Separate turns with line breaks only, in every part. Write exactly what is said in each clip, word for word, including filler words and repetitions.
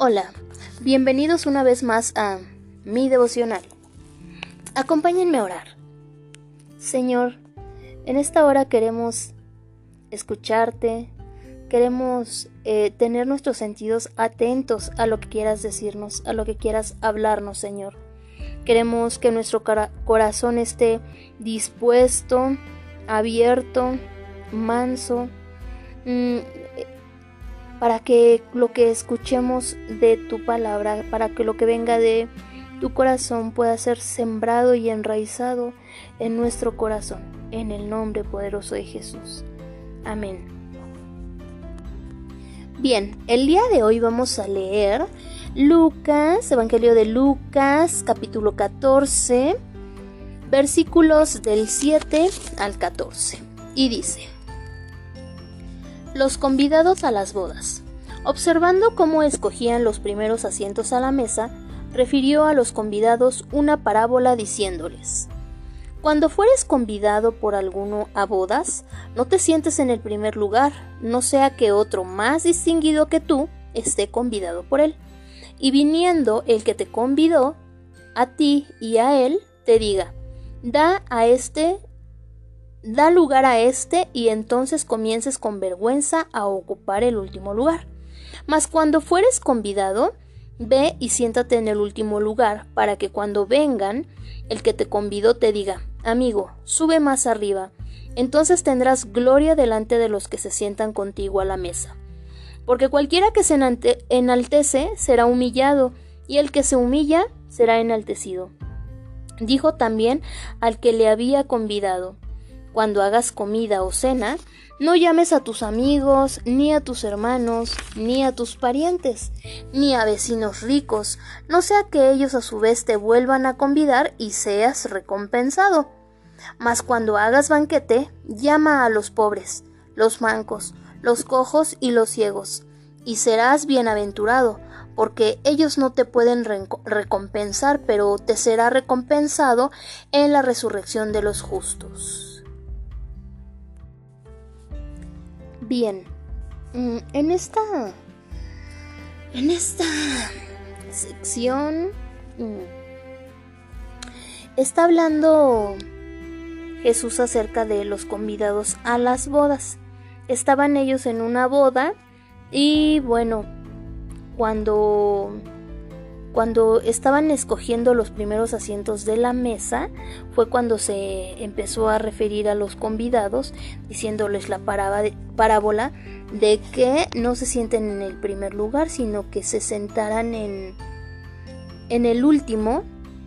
Hola, bienvenidos una vez más a mi devocional. Acompáñenme a orar. Señor, en esta hora queremos escucharte, queremos eh, tener nuestros sentidos atentos a lo que quieras decirnos, a lo que quieras hablarnos, Señor. Queremos que nuestro cara- corazón esté dispuesto, abierto, manso, mmm, para que lo que escuchemos de tu palabra, para que lo que venga de tu corazón pueda ser sembrado y enraizado en nuestro corazón, en el nombre poderoso de Jesús. Amén. Bien, el día de hoy vamos a leer Lucas, Evangelio de Lucas, capítulo catorce, versículos del siete al catorce, y dice: Los convidados a las bodas. Observando cómo escogían los primeros asientos a la mesa, refirió a los convidados una parábola diciéndoles: Cuando fueres convidado por alguno a bodas, no te sientes en el primer lugar, no sea que otro más distinguido que tú esté convidado por él. Y viniendo el que te convidó, a ti y a él, te diga: Da a este Da lugar a este, y entonces comiences con vergüenza a ocupar el último lugar. Mas cuando fueres convidado, ve y siéntate en el último lugar, para que cuando vengan, el que te convidó te diga: Amigo, sube más arriba. Entonces tendrás gloria delante de los que se sientan contigo a la mesa. Porque cualquiera que se enaltece será humillado, y el que se humilla será enaltecido. Dijo también al que le había convidado: Cuando hagas comida o cena, no llames a tus amigos, ni a tus hermanos, ni a tus parientes, ni a vecinos ricos, no sea que ellos a su vez te vuelvan a convidar y seas recompensado. Mas cuando hagas banquete, llama a los pobres, los mancos, los cojos y los ciegos, y serás bienaventurado, porque ellos no te pueden re- recompensar, pero te será recompensado en la resurrección de los justos. Bien, en esta, en esta sección está hablando Jesús acerca de los convidados a las bodas. Estaban ellos en una boda y bueno, cuando... Cuando estaban escogiendo los primeros asientos de la mesa, fue cuando se empezó a referir a los convidados, diciéndoles la parábola de que no se sienten en el primer lugar, sino que se sentaran en, en el último,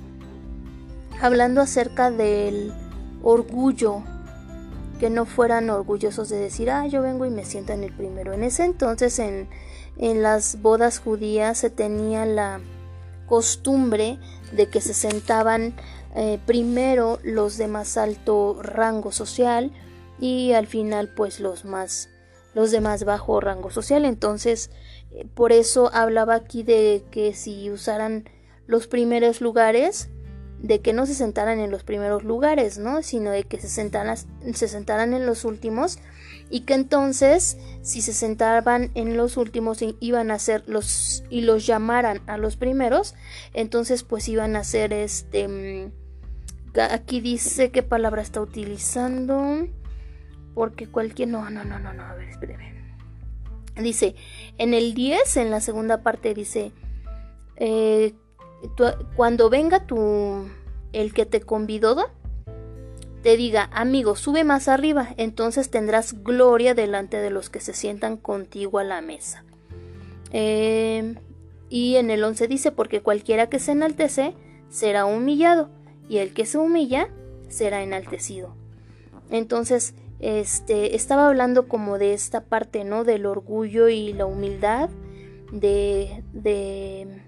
hablando acerca del orgullo, que no fueran orgullosos de decir: ah, yo vengo y me siento en el primero. En ese entonces, en, en las bodas judías se tenía la costumbre de que se sentaban eh, primero los de más alto rango social y al final pues los más los de más bajo rango social. Entonces eh, por eso hablaba aquí de que si usaran los primeros lugares, de que no se sentaran en los primeros lugares, ¿no? Sino de que se sentaran, se sentaran en los últimos, y que entonces si se sentaban en los últimos iban a ser los y los llamaran a los primeros, entonces pues iban a ser este aquí dice qué palabra está utilizando, porque cualquier no no no no no a ver, espérame. Dice en el diez, en la segunda parte dice eh, tu, cuando venga tu el que te convidó te diga: amigo, sube más arriba, entonces tendrás gloria delante de los que se sientan contigo a la mesa. Eh, y en el once dice: porque cualquiera que se enaltece será humillado, y el que se humilla será enaltecido. Entonces, este, estaba hablando como de esta parte, ¿no? Del orgullo y la humildad, de, de,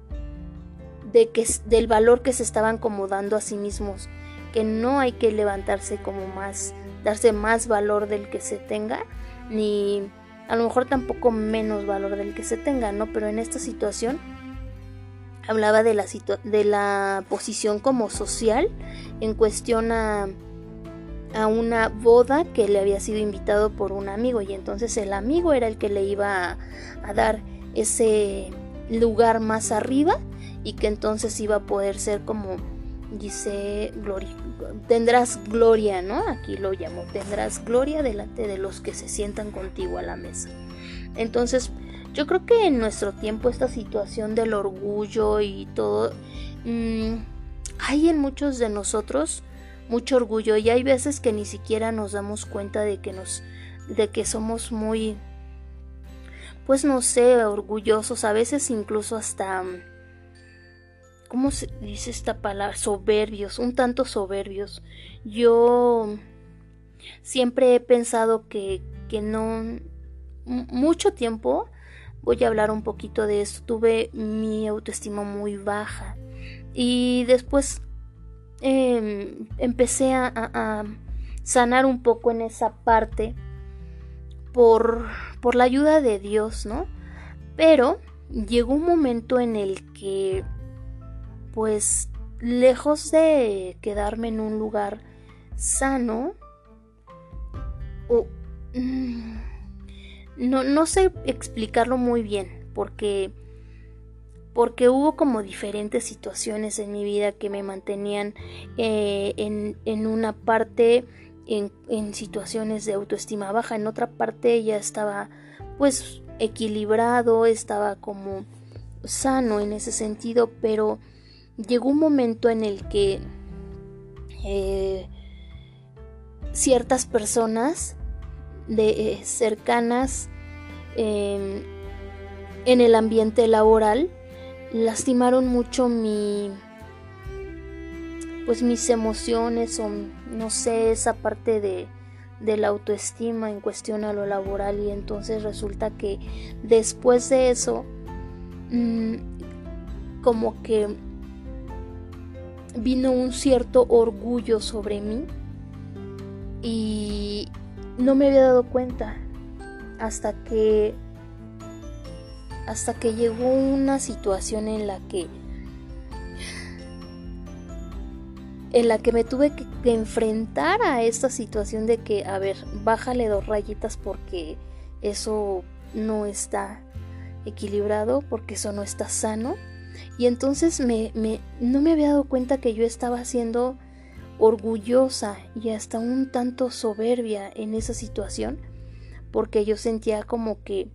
de que, del valor que se estaban como dando a sí mismos, que no hay que levantarse como más, darse más valor del que se tenga, ni a lo mejor tampoco menos valor del que se tenga, ¿no? Pero en esta situación hablaba de la, situ- de la posición como social en cuestión a, a una boda que le había sido invitado por un amigo, y entonces el amigo era el que le iba a, a dar ese, lugar más arriba y que entonces iba a poder ser como dice gloria, tendrás gloria, ¿no? Aquí lo llamo, tendrás gloria delante de los que se sientan contigo a la mesa. Entonces, yo creo que en nuestro tiempo esta situación del orgullo y todo, mmm, hay en muchos de nosotros mucho orgullo y hay veces que ni siquiera nos damos cuenta de que nos, de que somos muy, pues no sé, orgullosos, a veces incluso hasta, ¿cómo se dice esta palabra? Soberbios, un tanto soberbios. Yo siempre he pensado que, que no, m- mucho tiempo, voy a hablar un poquito de esto, tuve mi autoestima muy baja y después eh, empecé a, a, a sanar un poco en esa parte por, por la ayuda de Dios, ¿no? Pero llegó un momento en el que, pues, lejos de quedarme en un lugar sano, o, mm, no, no sé explicarlo muy bien, porque, porque hubo como diferentes situaciones en mi vida que me mantenían eh, en, en una parte en, en situaciones de autoestima baja, en otra parte ya estaba pues equilibrado, estaba como sano en ese sentido, pero llegó un momento en el que eh, ciertas personas de, eh, cercanas eh, en el ambiente laboral lastimaron mucho mi, pues mis emociones o no sé, esa parte de, de la autoestima en cuestión a lo laboral y entonces resulta que después de eso mmm, como que vino un cierto orgullo sobre mí y no me había dado cuenta hasta que hasta que llegó una situación en la que en la que me tuve que, que enfrentar a esta situación de que, a ver, bájale dos rayitas porque eso no está equilibrado, porque eso no está sano. Y entonces me, me, no me había dado cuenta que yo estaba siendo orgullosa y hasta un tanto soberbia en esa situación, porque yo sentía como que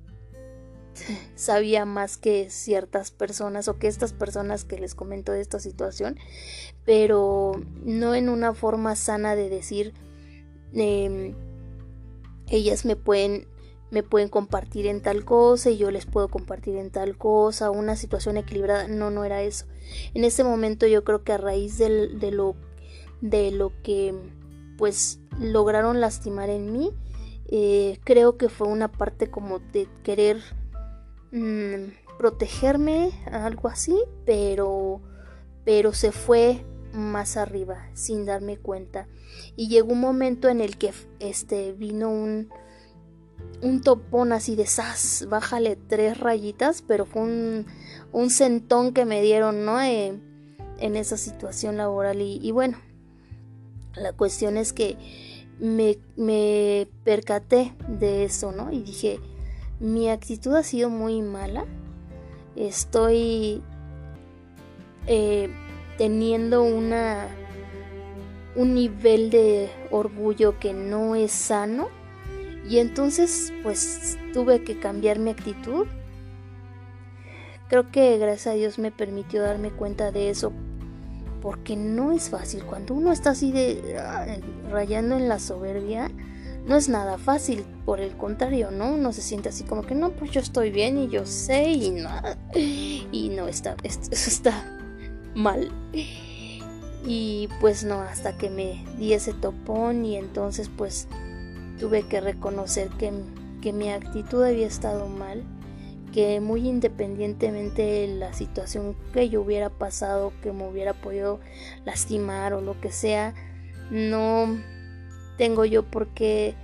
sabía más que ciertas personas o que estas personas que les comento de esta situación, pero no en una forma sana de decir eh, ellas me pueden me pueden compartir en tal cosa y yo les puedo compartir en tal cosa, una situación equilibrada. No, no era eso. En ese momento yo creo que a raíz del, de lo de lo que pues lograron lastimar en mí, eh, creo que fue una parte como de querer mmm, protegerme, algo así, pero pero se fue más arriba sin darme cuenta y llegó un momento en el que este vino un un topón así de sas, bájale tres rayitas, pero fue un, un sentón que me dieron, ¿no? Eh, en esa situación laboral y, y bueno, la cuestión es que me, me percaté de eso, ¿no? Y dije, mi actitud ha sido muy mala, estoy eh, teniendo una un nivel de orgullo que no es sano. Y entonces pues tuve que cambiar mi actitud. Creo que gracias a Dios me permitió darme cuenta de eso, porque no es fácil. Cuando uno está así de uh, rayando en la soberbia, no es nada fácil. Por el contrario, ¿no? Uno se siente así como que no, pues yo estoy bien y yo sé y no, y no está, eso está mal. Y pues no, hasta que me di ese topón y entonces pues tuve que reconocer que, que mi actitud había estado mal, que muy independientemente de la situación que yo hubiera pasado, que me hubiera podido lastimar o lo que sea, no tengo yo por qué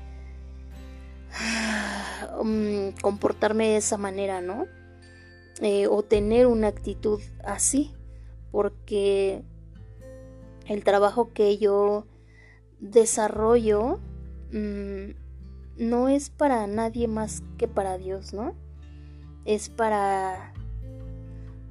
um, comportarme de esa manera, ¿no? Eh, o tener una actitud así, porque el trabajo que yo desarrollo mmm, no es para nadie más que para Dios, ¿no? Es para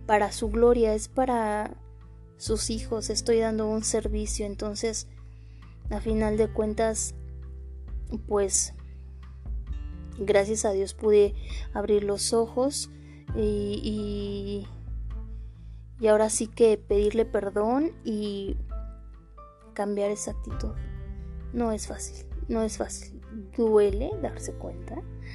para su gloria, es para sus hijos, estoy dando un servicio. Entonces, a final de cuentas, pues gracias a Dios pude abrir los ojos y, y, y ahora sí que pedirle perdón y cambiar esa actitud. No es fácil, no es fácil, duele darse cuenta.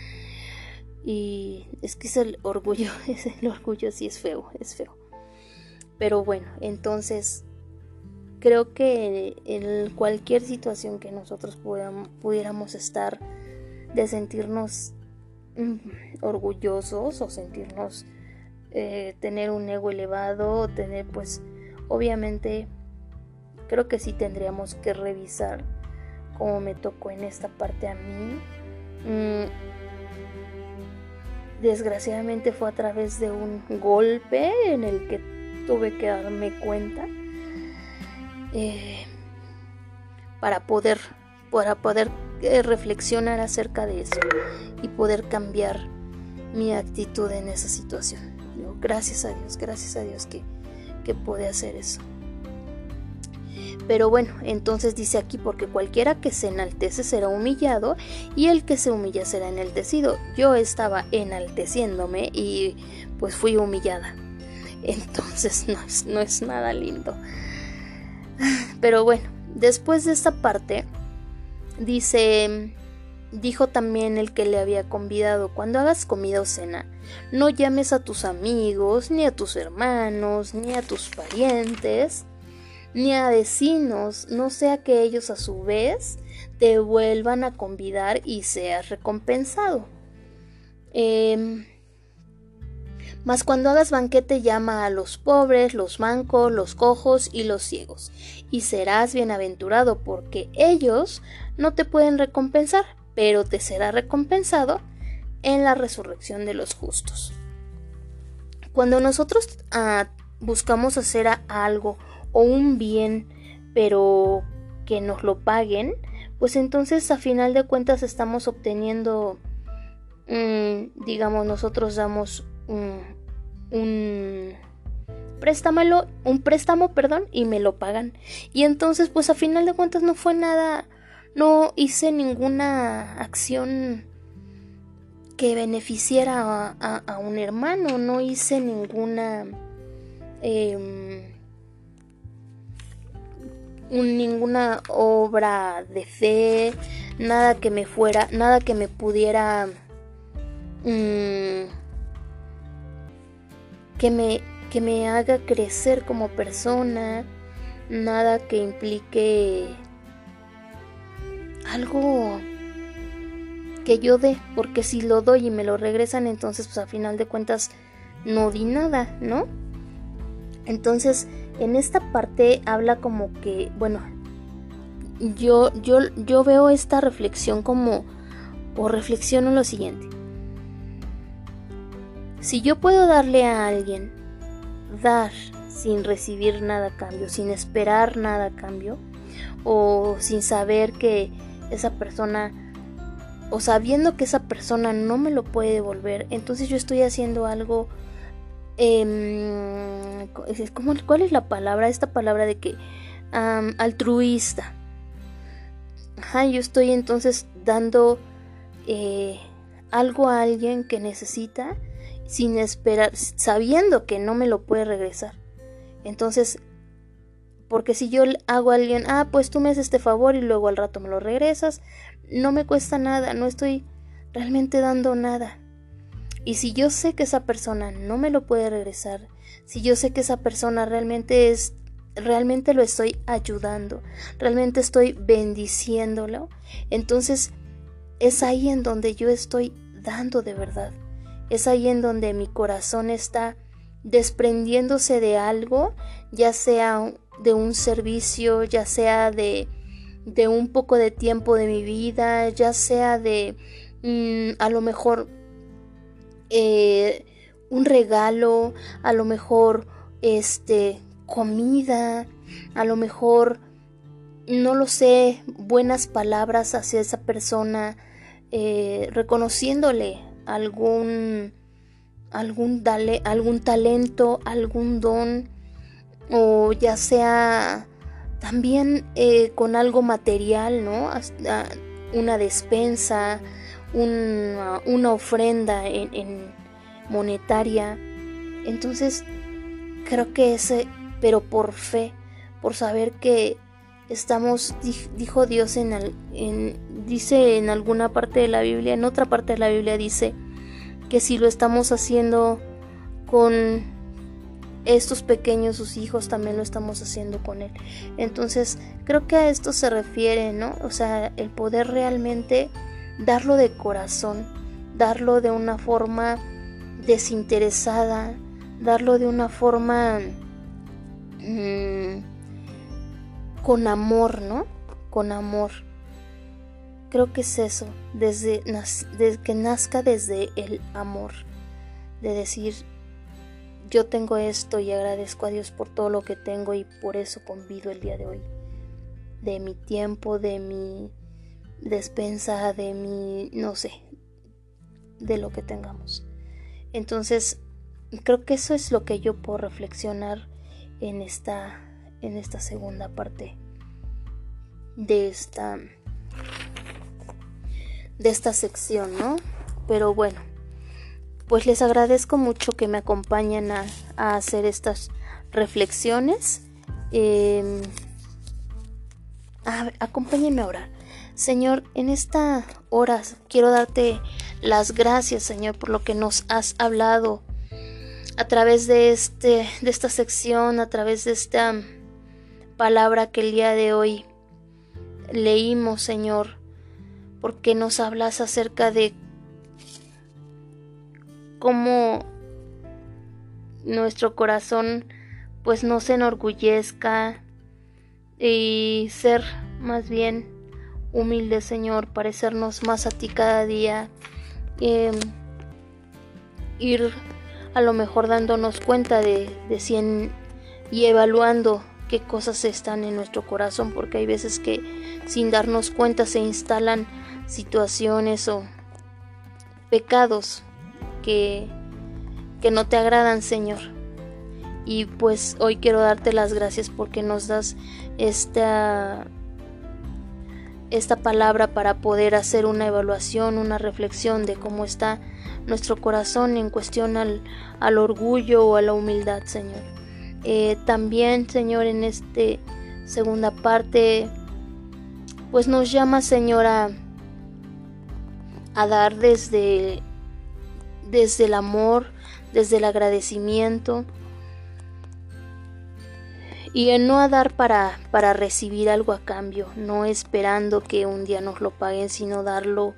Y es que es el orgullo, es el orgullo, sí es feo, es feo. Pero bueno, entonces creo que en cualquier situación que nosotros pudiéramos, pudiéramos estar, de sentirnos mm, orgullosos o sentirnos eh, tener un ego elevado, tener pues obviamente creo que sí tendríamos que revisar, como me tocó en esta parte a mí. Mm, desgraciadamente fue a través de un golpe en el que tuve que darme cuenta eh, para poder para poder eh, reflexionar acerca de eso y poder cambiar mi actitud en esa situación. Digo, gracias a Dios, gracias a Dios que, que pude hacer eso. Pero bueno, entonces dice aquí, porque cualquiera que se enaltece será humillado, y el que se humilla será enaltecido. Yo estaba enalteciéndome y pues fui humillada. Entonces no es, no es nada lindo. Pero bueno, después de esta parte, dice, dijo también el que le había convidado: cuando hagas comida o cena, no llames a tus amigos, ni a tus hermanos, ni a tus parientes, ni a vecinos, no sea que ellos a su vez te vuelvan a convidar y seas recompensado. Eh, Mas cuando hagas banquete, llama a los pobres, los mancos, los cojos y los ciegos, y serás bienaventurado, porque ellos no te pueden recompensar, pero te será recompensado en la resurrección de los justos. Cuando nosotros uh, buscamos hacer algo o un bien, pero que nos lo paguen, pues entonces a final de cuentas estamos obteniendo, mmm, digamos, nosotros damos un, un préstamelo, un préstamo, perdón, y me lo pagan. Y entonces, pues a final de cuentas no fue nada, no hice ninguna acción que beneficiara a, a, a un hermano, no hice ninguna eh, un, ninguna obra de fe, nada que me fuera, nada que me pudiera mmm, que me que me haga crecer como persona, nada que implique algo que yo dé, porque si lo doy y me lo regresan, entonces pues a final de cuentas no di nada, ¿no? Entonces en esta parte habla como que, bueno, yo, yo, yo veo esta reflexión como, o reflexiono lo siguiente: si yo puedo darle a alguien, dar sin recibir nada a cambio, sin esperar nada a cambio, o sin saber que esa persona, o sabiendo que esa persona no me lo puede devolver, entonces yo estoy haciendo algo, eh, ¿cómo, ¿cuál es la palabra? Esta palabra de que um, altruista. Ajá, yo estoy entonces dando eh, algo a alguien que necesita, sin esperar, sabiendo que no me lo puede regresar. Entonces, porque si yo hago a alguien, ah, pues tú me haces este favor y luego al rato me lo regresas, no me cuesta nada, no estoy realmente dando nada. Y si yo sé que esa persona no me lo puede regresar, si yo sé que esa persona realmente es, realmente lo estoy ayudando, realmente estoy bendiciéndolo, entonces es ahí en donde yo estoy dando de verdad. Es ahí en donde mi corazón está desprendiéndose de algo, ya sea de un servicio, ya sea de, de un poco de tiempo de mi vida, ya sea de mmm, a lo mejor eh, un regalo, a lo mejor este comida, a lo mejor, no lo sé, buenas palabras hacia esa persona, eh, reconociéndole algún algún, dale, algún talento, algún don, o ya sea también eh, con algo material, ¿no? Hasta una despensa, una, una ofrenda en, en monetaria. Entonces creo que ese, pero por fe, por saber que estamos, dijo Dios en, en dice en alguna parte de la Biblia, en otra parte de la Biblia dice que si lo estamos haciendo con estos pequeños, sus hijos, también lo estamos haciendo con Él. Entonces creo que a esto se refiere, ¿no? O sea, el poder realmente darlo de corazón, darlo de una forma desinteresada, darlo de una forma mmm, con amor, ¿no? Con amor. Creo que es eso, desde, desde que nazca desde el amor, de decir, yo tengo esto y agradezco a Dios por todo lo que tengo y por eso convido el día de hoy, de mi tiempo, de mi despensa, de mi, no sé, de lo que tengamos. Entonces, creo que eso es lo que yo puedo reflexionar en esta, en esta segunda parte de esta, de esta sección, ¿no? Pero bueno, pues les agradezco mucho que me acompañen a, a hacer estas reflexiones. Eh, a, acompáñenme a orar. Señor, en esta hora quiero darte las gracias, Señor, por lo que nos has hablado a través de, este, de esta sección, a través de esta palabra que el día de hoy leímos, Señor, porque nos hablas acerca de cómo nuestro corazón pues no se enorgullezca y ser más bien humilde, Señor, parecernos más a ti cada día, eh, ir a lo mejor dándonos cuenta de, de si en, y evaluando qué cosas están en nuestro corazón, porque hay veces que sin darnos cuenta se instalan situaciones o pecados que, que no te agradan, Señor. Y pues hoy quiero darte las gracias porque nos das esta, esta palabra para poder hacer una evaluación, una reflexión de cómo está nuestro corazón en cuestión al, al orgullo o a la humildad, Señor. Eh, también, Señor, en esta segunda parte, pues nos llama, Señor, a, a dar desde desde el amor, desde el agradecimiento, y en no a dar para, para recibir algo a cambio, no esperando que un día nos lo paguen, sino darlo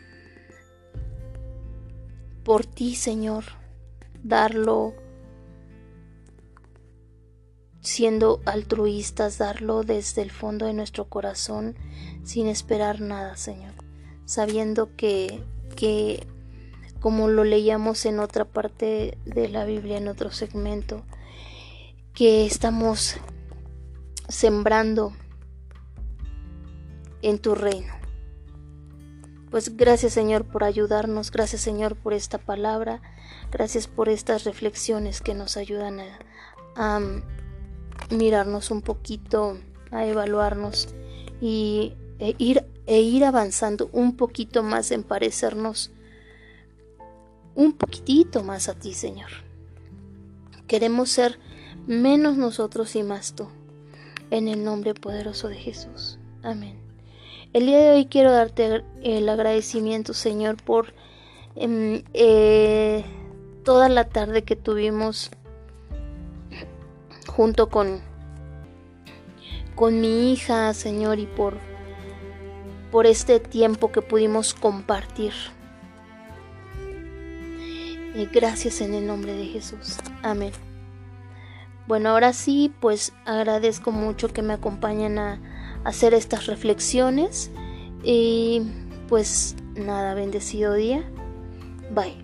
por ti, Señor, darlo siendo altruistas, darlo desde el fondo de nuestro corazón, sin esperar nada, Señor, sabiendo que, que como lo leíamos en otra parte de la Biblia, en otro segmento, que estamos sembrando en tu reino. Pues gracias, Señor, por ayudarnos, gracias, Señor, por esta palabra, gracias por estas reflexiones que nos ayudan a, a mirarnos un poquito, a evaluarnos y e ir, e ir avanzando un poquito más en parecernos un poquitito más a ti, Señor. Queremos ser menos nosotros y más tú, en el nombre poderoso de Jesús. Amén. El día de hoy quiero darte el agradecimiento, Señor, por eh, eh, toda la tarde que tuvimos junto con, con mi hija, Señor, y por, por este tiempo que pudimos compartir. Eh, gracias en el nombre de Jesús. Amén. Bueno, ahora sí, pues agradezco mucho que me acompañen a hacer estas reflexiones. Y pues nada, bendecido día. Bye.